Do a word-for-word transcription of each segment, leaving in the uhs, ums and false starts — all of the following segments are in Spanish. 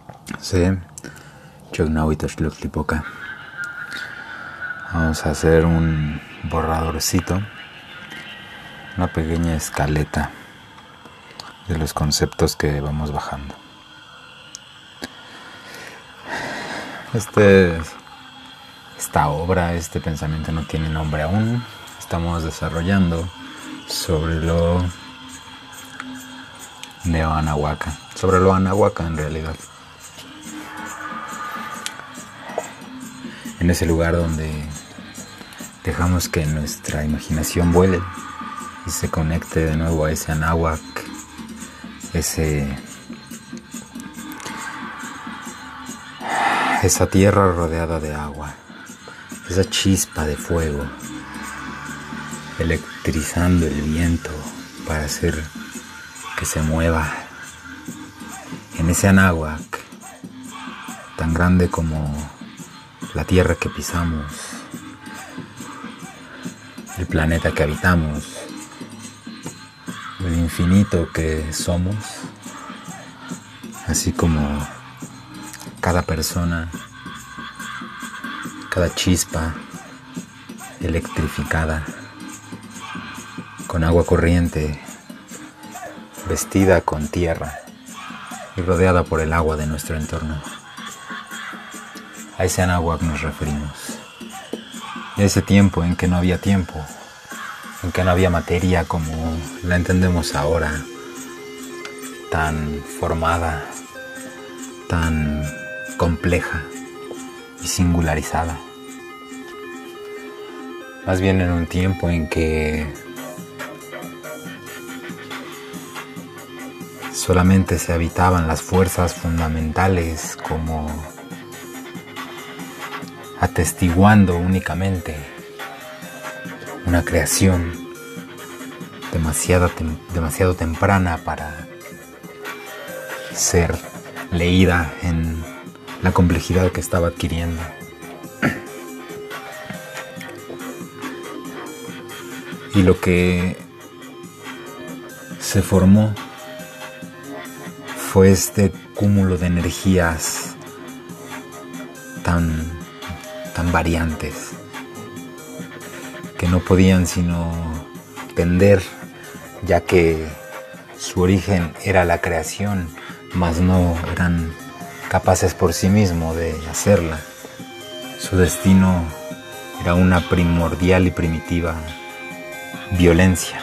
Sí, Chognahuitl. Vamos a hacer un borradorcito, una pequeña escaleta de los conceptos que vamos bajando. Este, esta obra, este pensamiento no tiene nombre aún. Estamos desarrollando sobre lo neo-anahuaca, sobre lo anahuaca en realidad. En ese lugar donde dejamos que nuestra imaginación vuele y se conecte de nuevo a ese anáhuac, ese, esa tierra rodeada de agua, esa chispa de fuego, electrizando el viento para hacer que se mueva en ese anáhuac tan grande como la tierra que pisamos, el planeta que habitamos, el infinito que somos, así como cada persona, cada chispa electrificada, con agua corriente, vestida con tierra y rodeada por el agua de nuestro entorno. A ese anáhuac nos referimos. A ese tiempo en que no había tiempo, en que no había materia como la entendemos ahora, tan formada, tan compleja y singularizada. Más bien en un tiempo en que solamente se habitaban las fuerzas fundamentales como atestiguando únicamente una creación demasiado, tem- demasiado temprana para ser leída en la complejidad que estaba adquiriendo. Y lo que se formó fue este cúmulo de energías tan tan variantes que no podían sino tender, ya que su origen era la creación, mas no eran capaces por sí mismos de hacerla. Su destino era una primordial y primitiva violencia.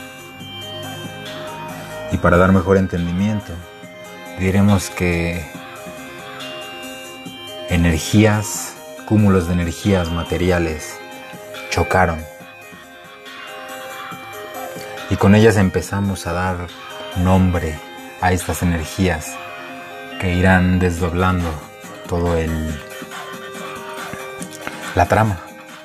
Y para dar mejor entendimiento, diremos que energías cúmulos de energías materiales chocaron y con ellas empezamos a dar nombre a estas energías que irán desdoblando todo el la trama.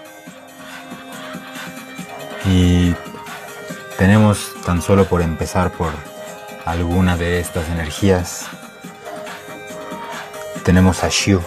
Y tenemos tan solo por empezar por alguna de estas energías. Tenemos a Shu,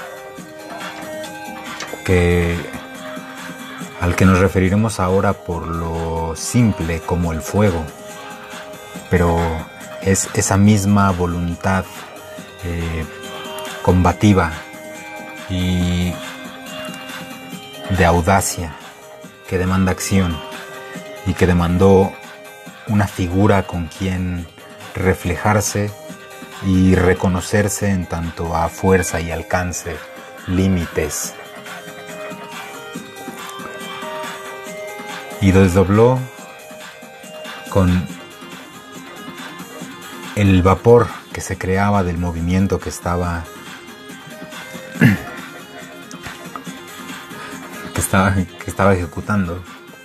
que al que nos referiremos ahora por lo simple como el fuego, pero es esa misma voluntad eh, combativa y de audacia que demanda acción y que demandó una figura con quien reflejarse y reconocerse en tanto a fuerza y alcance, límites. Y desdobló con el vapor que se creaba del movimiento que estaba que estaba, que estaba ejecutando.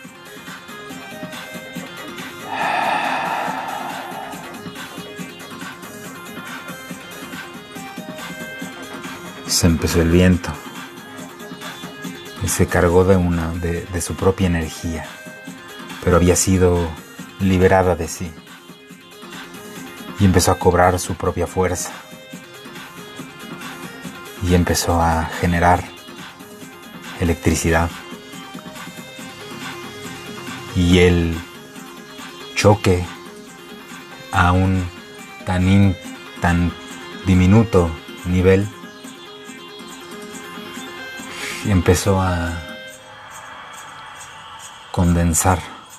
Se empezó el viento y se cargó de una de, de su propia energía, pero había sido liberada de sí y empezó a cobrar su propia fuerza y empezó a generar electricidad. Y el choque aún tan, in, tan diminuto nivel empezó a condensar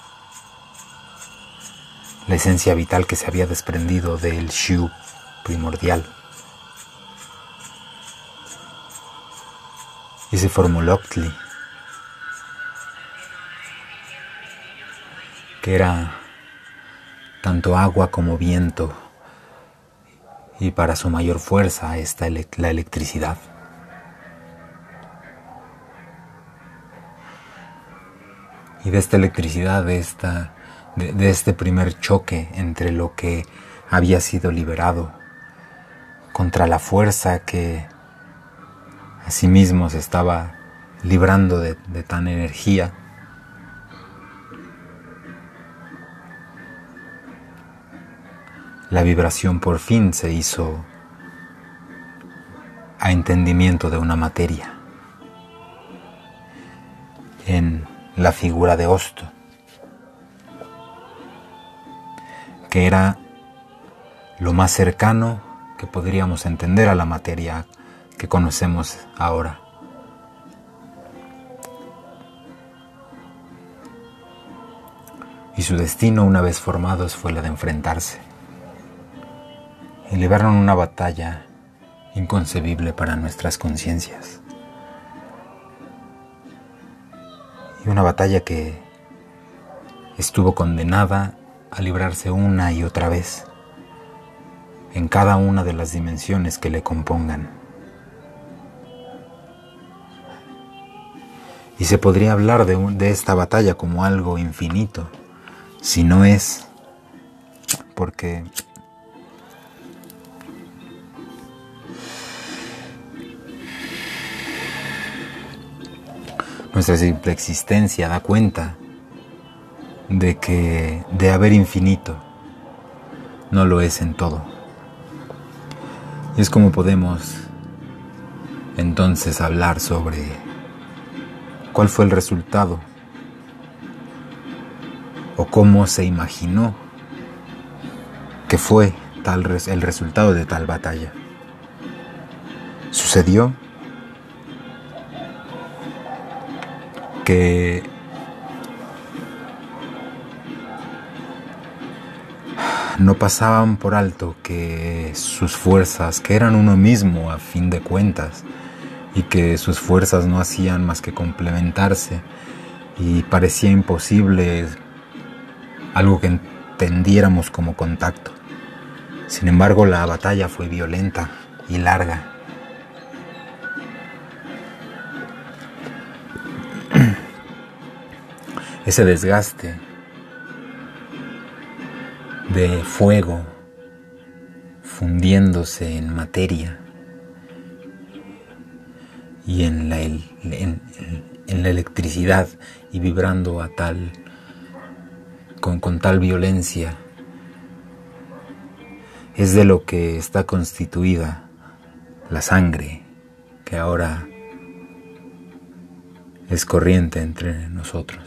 la esencia vital que se había desprendido del Shu primordial. Y se formó Loctli, que era tanto agua como viento, y para su mayor fuerza está la electricidad. Y de esta electricidad, de, esta, de, de este primer choque entre lo que había sido liberado contra la fuerza que asimismo se estaba librando de, de tan energía, la vibración por fin se hizo a entendimiento de una materia en la figura de Osto, que era lo más cercano que podríamos entender a la materia que conocemos ahora. Y su destino, una vez formados, fue la de enfrentarse. Y libraron una batalla inconcebible para nuestras conciencias. Y una batalla que estuvo condenada a librarse una y otra vez en cada una de las dimensiones que le compongan. Y se podría hablar de, un, de esta batalla como algo infinito, si no es porque nuestra simple existencia da cuenta de que de haber infinito no lo es en todo. Y es como podemos entonces hablar sobre cuál fue el resultado o cómo se imaginó que fue tal res- el resultado de tal batalla. Sucedió que no pasaban por alto que sus fuerzas, que eran uno mismo a fin de cuentas, y que sus fuerzas no hacían más que complementarse, y parecía imposible algo que entendiéramos como contacto. Sin embargo, la batalla fue violenta y larga. Ese desgaste de fuego fundiéndose en materia y en la, en, en la electricidad y vibrando a tal con, con tal violencia es de lo que está constituida la sangre que ahora es corriente entre nosotros.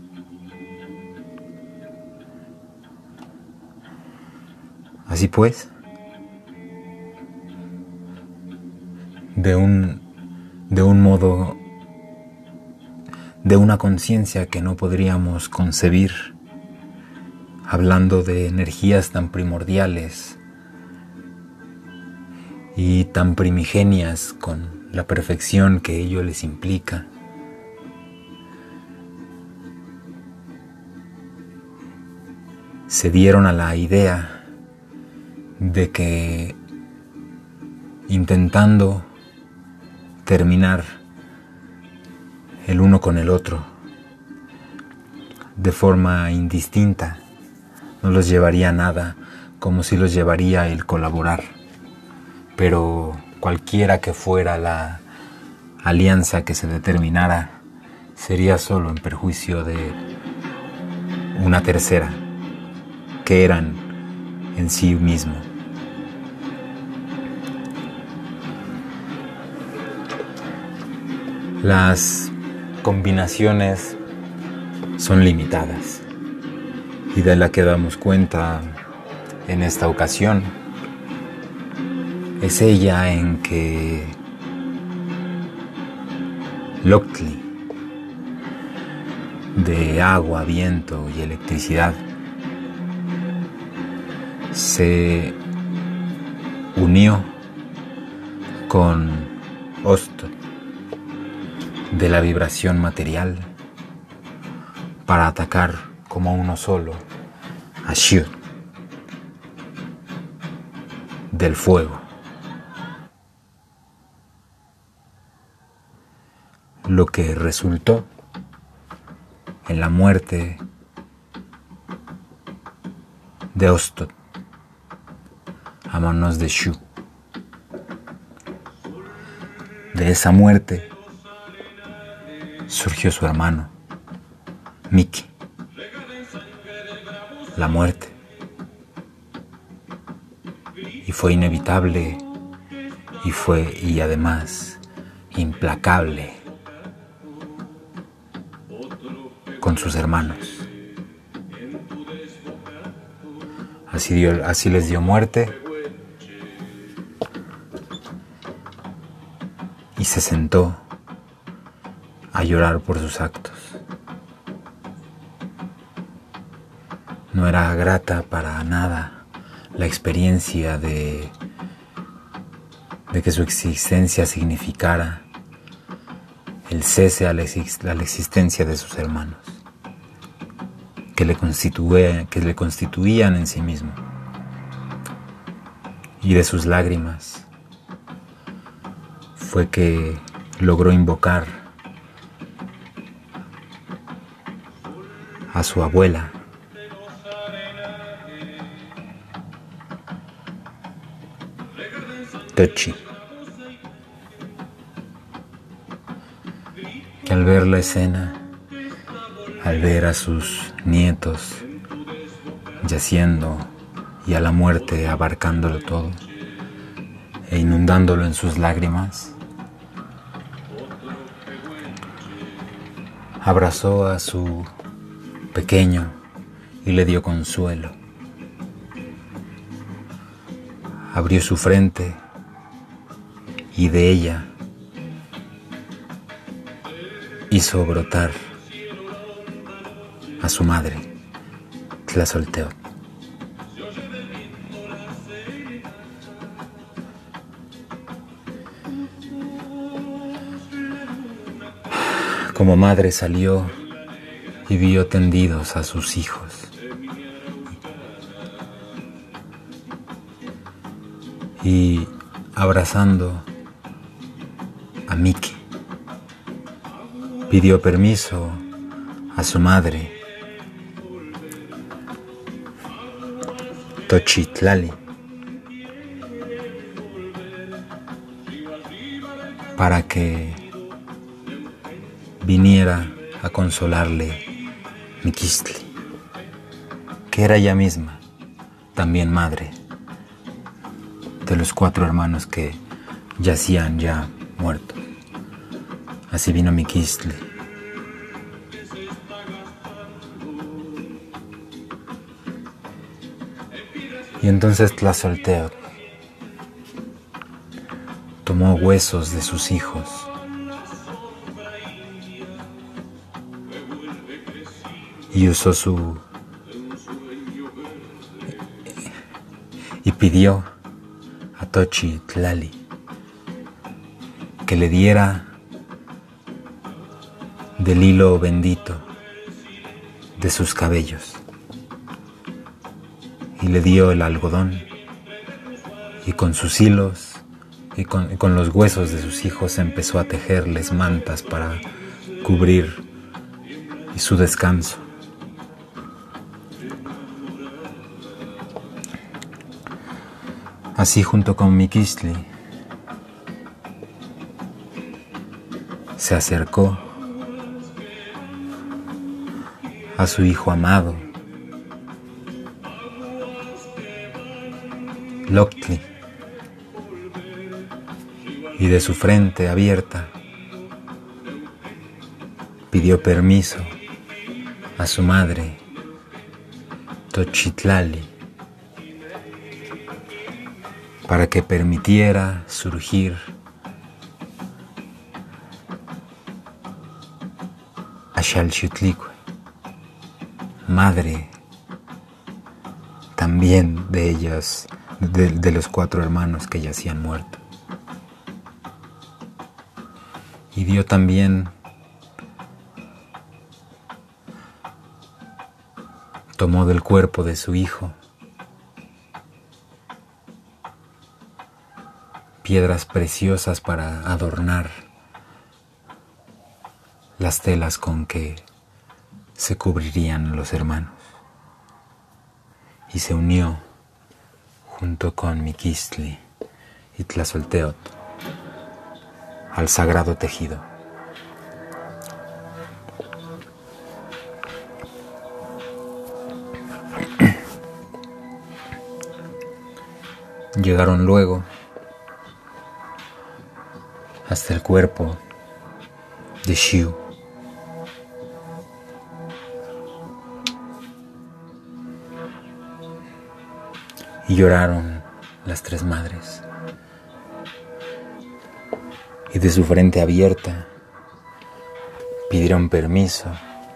Así pues, de un, de un modo, de una conciencia que no podríamos concebir, hablando de energías tan primordiales y tan primigenias con la perfección que ello les implica, se dieron a la idea de que intentando terminar el uno con el otro de forma indistinta no los llevaría a nada, como si los llevaría el colaborar. Pero cualquiera que fuera la alianza que se determinara sería solo en perjuicio de una tercera, que eran en sí mismo. Las combinaciones son limitadas, y de la que damos cuenta en esta ocasión Es ella en que Loctli, de agua, viento y electricidad, se unió con Ostot, de la vibración material, para atacar como uno solo a Shu, del fuego. Lo que resultó en la muerte de Ostot a manos de Shu. De esa muerte surgió su hermano, Miki. La muerte. Y fue inevitable y fue, y además, implacable con sus hermanos. Así, dio, así les dio muerte y se sentó a llorar por sus actos. No era grata para nada la experiencia de, de que su existencia significara el cese a la, a la existencia de sus hermanos, que le, constituye, que le constituían en sí mismo, y de sus lágrimas fue que logró invocar a su abuela, Tochi, que al ver la escena, al ver a sus nietos yaciendo y a la muerte abarcándolo todo e inundándolo en sus lágrimas, abrazó a su pequeño y le dio consuelo. Abrió su frente y de ella hizo brotar a su madre, Tlazolteotl. Como madre salió y vio tendidos a sus hijos. Y abrazando a Miki, pidió permiso a su madre, Tochitlali, para que viniera a consolarle Miquistli, que era ella misma también madre de los cuatro hermanos que yacían ya muertos. Así vino Miquistli. Y entonces Tlazolteotl tomó huesos de sus hijos y usó su y pidió a Tochitlali que le diera del hilo bendito de sus cabellos, y le dio el algodón, y con sus hilos y con, y con los huesos de sus hijos empezó a tejerles mantas para cubrir y su descanso. Así, junto con Miquistli, se acercó a su hijo amado, Loctli, y de su frente abierta pidió permiso a su madre, Tochitlali, para que permitiera surgir a Xalchutlicue, madre también de ellas, de, de los cuatro hermanos que yacían muertos. Y dio también, tomó del cuerpo de su hijo piedras preciosas para adornar las telas con que se cubrirían los hermanos, y se unió junto con Miquistli y Tlazolteotl al sagrado tejido. Llegaron luego hasta el cuerpo de Xiu. Y lloraron las tres madres. Y de su frente abierta pidieron permiso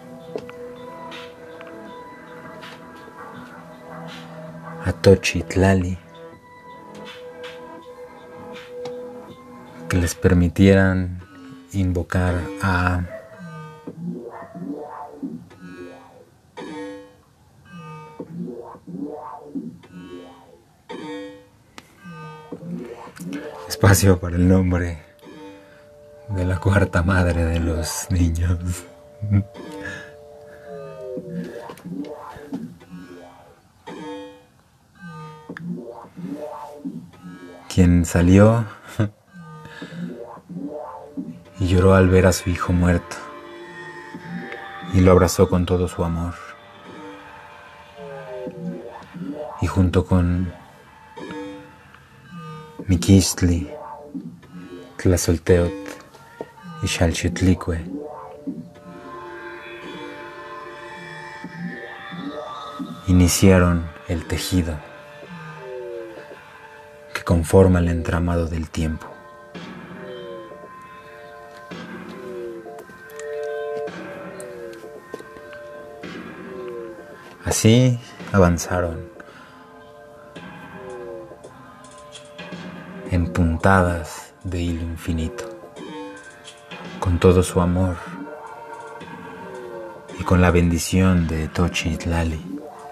a Tochitlali que les permitieran invocar a espacio para el nombre de la cuarta madre de los niños. Quien salió y lloró al ver a su hijo muerto y lo abrazó con todo su amor. Y junto con Miquistli, Tlazolteotl y Xalchutlicue iniciaron el tejido que conforma el entramado del tiempo. Así avanzaron en puntadas de hilo infinito, con todo su amor y con la bendición de Tochitlali.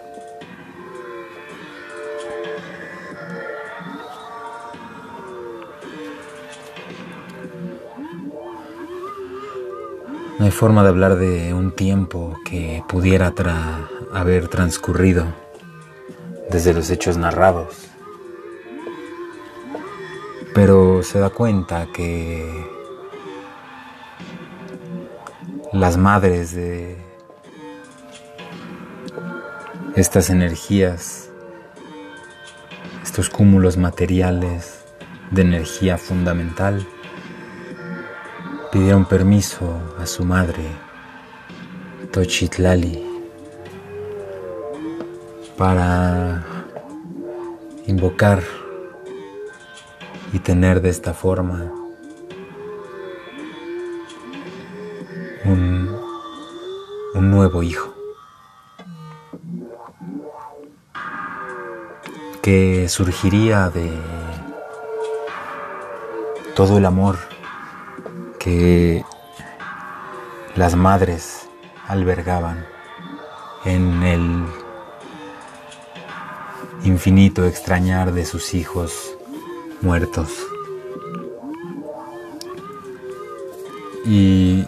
No hay forma de hablar de un tiempo que pudiera tra- haber transcurrido desde los hechos narrados, pero se da cuenta que las madres de estas energías, estos cúmulos materiales de energía fundamental, pidieron permiso a su madre, Tochitlali, para invocar y tener de esta forma un, un nuevo hijo que surgiría de todo el amor que las madres albergaban en el infinito extrañar de sus hijos muertos. Y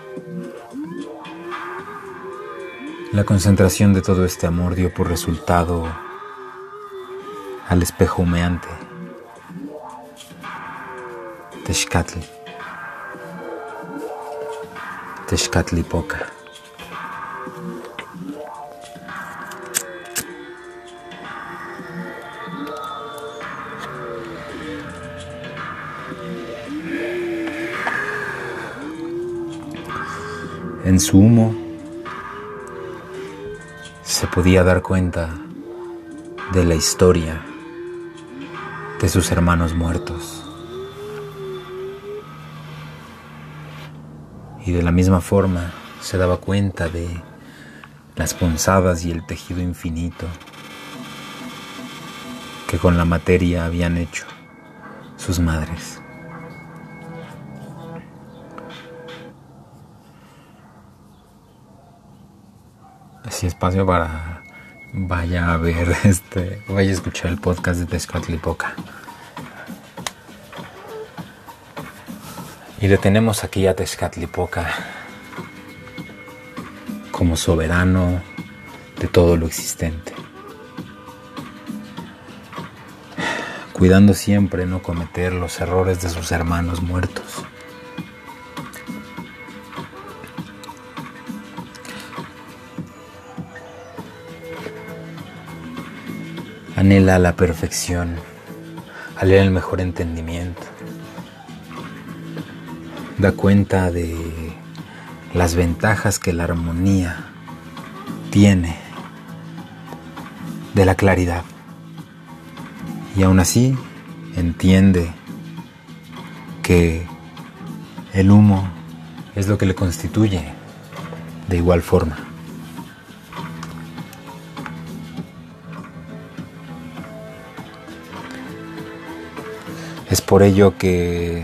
la concentración de todo este amor dio por resultado al espejo humeante, Texcatli, Texcatlipoca. En su humo se podía dar cuenta de la historia de sus hermanos muertos. Y de la misma forma se daba cuenta de las punzadas y el tejido infinito que con la materia habían hecho sus madres. Así espacio para vaya a ver este, vaya a escuchar el podcast de Tezcatlipoca. Y detenemos aquí a Tezcatlipoca como soberano de todo lo existente, cuidando siempre no cometer los errores de sus hermanos muertos. Anhela la perfección, anhela el mejor entendimiento. Da cuenta de las ventajas que la armonía tiene, de la claridad. Y aún así entiende que el humo es lo que le constituye de igual forma. Es por ello que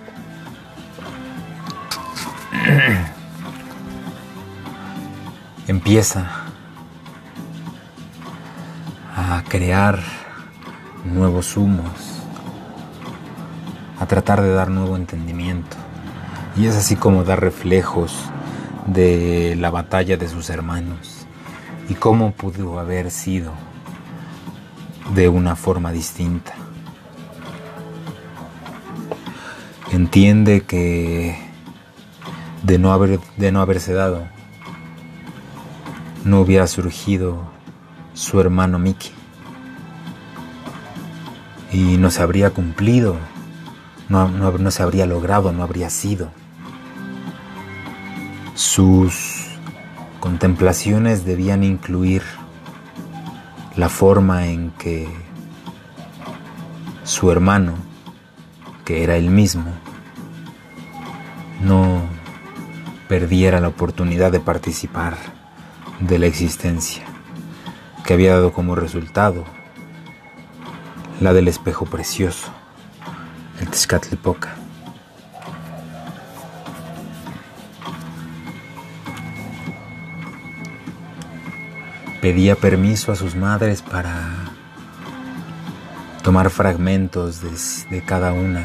empieza a crear nuevos humos, a tratar de dar nuevo entendimiento. Y es así como da reflejos de la batalla de sus hermanos y cómo pudo haber sido de una forma distinta. Entiende que de no haber, de no haberse dado, no hubiera surgido su hermano Miki y no se habría cumplido, no, no, no se habría logrado, no habría sido. Sus contemplaciones debían incluir la forma en que su hermano, que era él mismo, no perdiera la oportunidad de participar de la existencia, que había dado como resultado la del espejo precioso, el Tezcatlipoca. Pedía permiso a sus madres para tomar fragmentos de, de cada una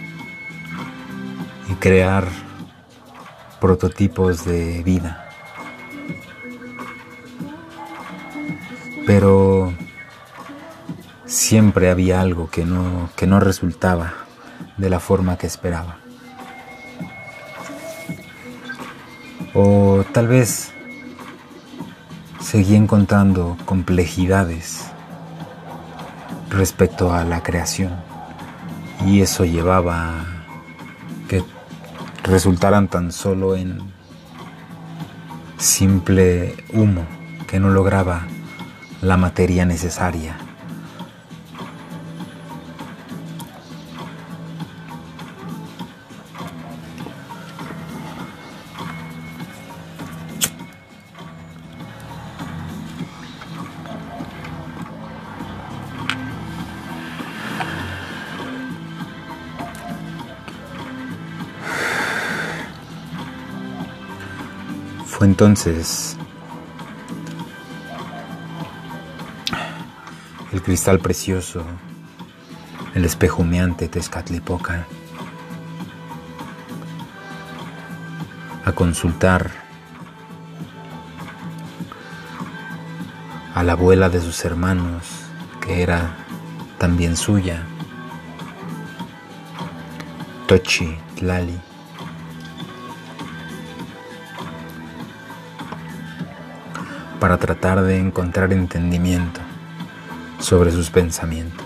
y crear prototipos de vida. Pero siempre había algo que no, que no resultaba de la forma que esperaba. O tal vez seguía encontrando complejidades respecto a la creación, y eso llevaba a que resultaran tan solo en simple humo que no lograba la materia necesaria. Fue entonces el cristal precioso, el espejo humeante Tezcatlipoca, a consultar a la abuela de sus hermanos, que era también suya, Tochi Tlali, para tratar de encontrar entendimiento sobre sus pensamientos.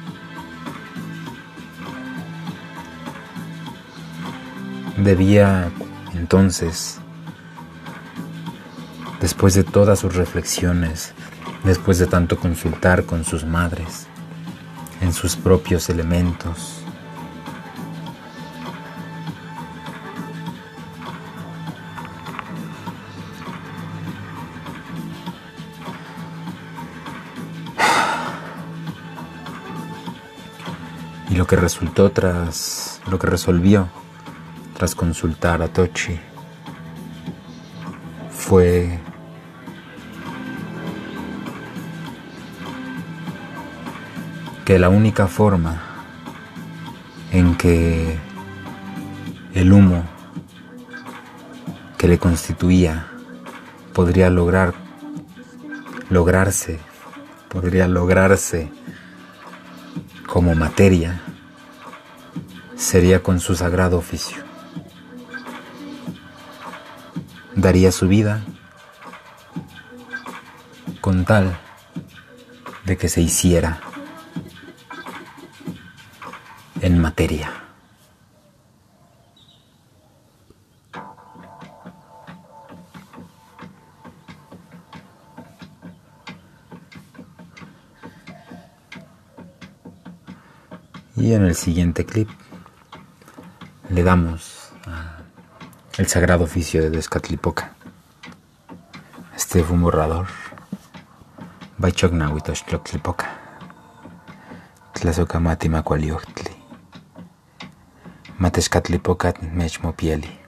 Debía entonces, después de todas sus reflexiones, después de tanto consultar con sus madres, en sus propios elementos. Y lo que resultó tras, lo que resolvió tras consultar a Tochi fue que la única forma en que el humo que le constituía podría lograr lograrse, podría lograrse como materia, sería con su sagrado oficio. Daría su vida con tal de que se hiciera en materia. Y en el siguiente clip le damos a el sagrado oficio de Tezcatlipoca. Este fue un borrador. Baichocnahuitoshtlipoca. Tlazocamati macualiohtli. Matezcatlipoca mechmopieli.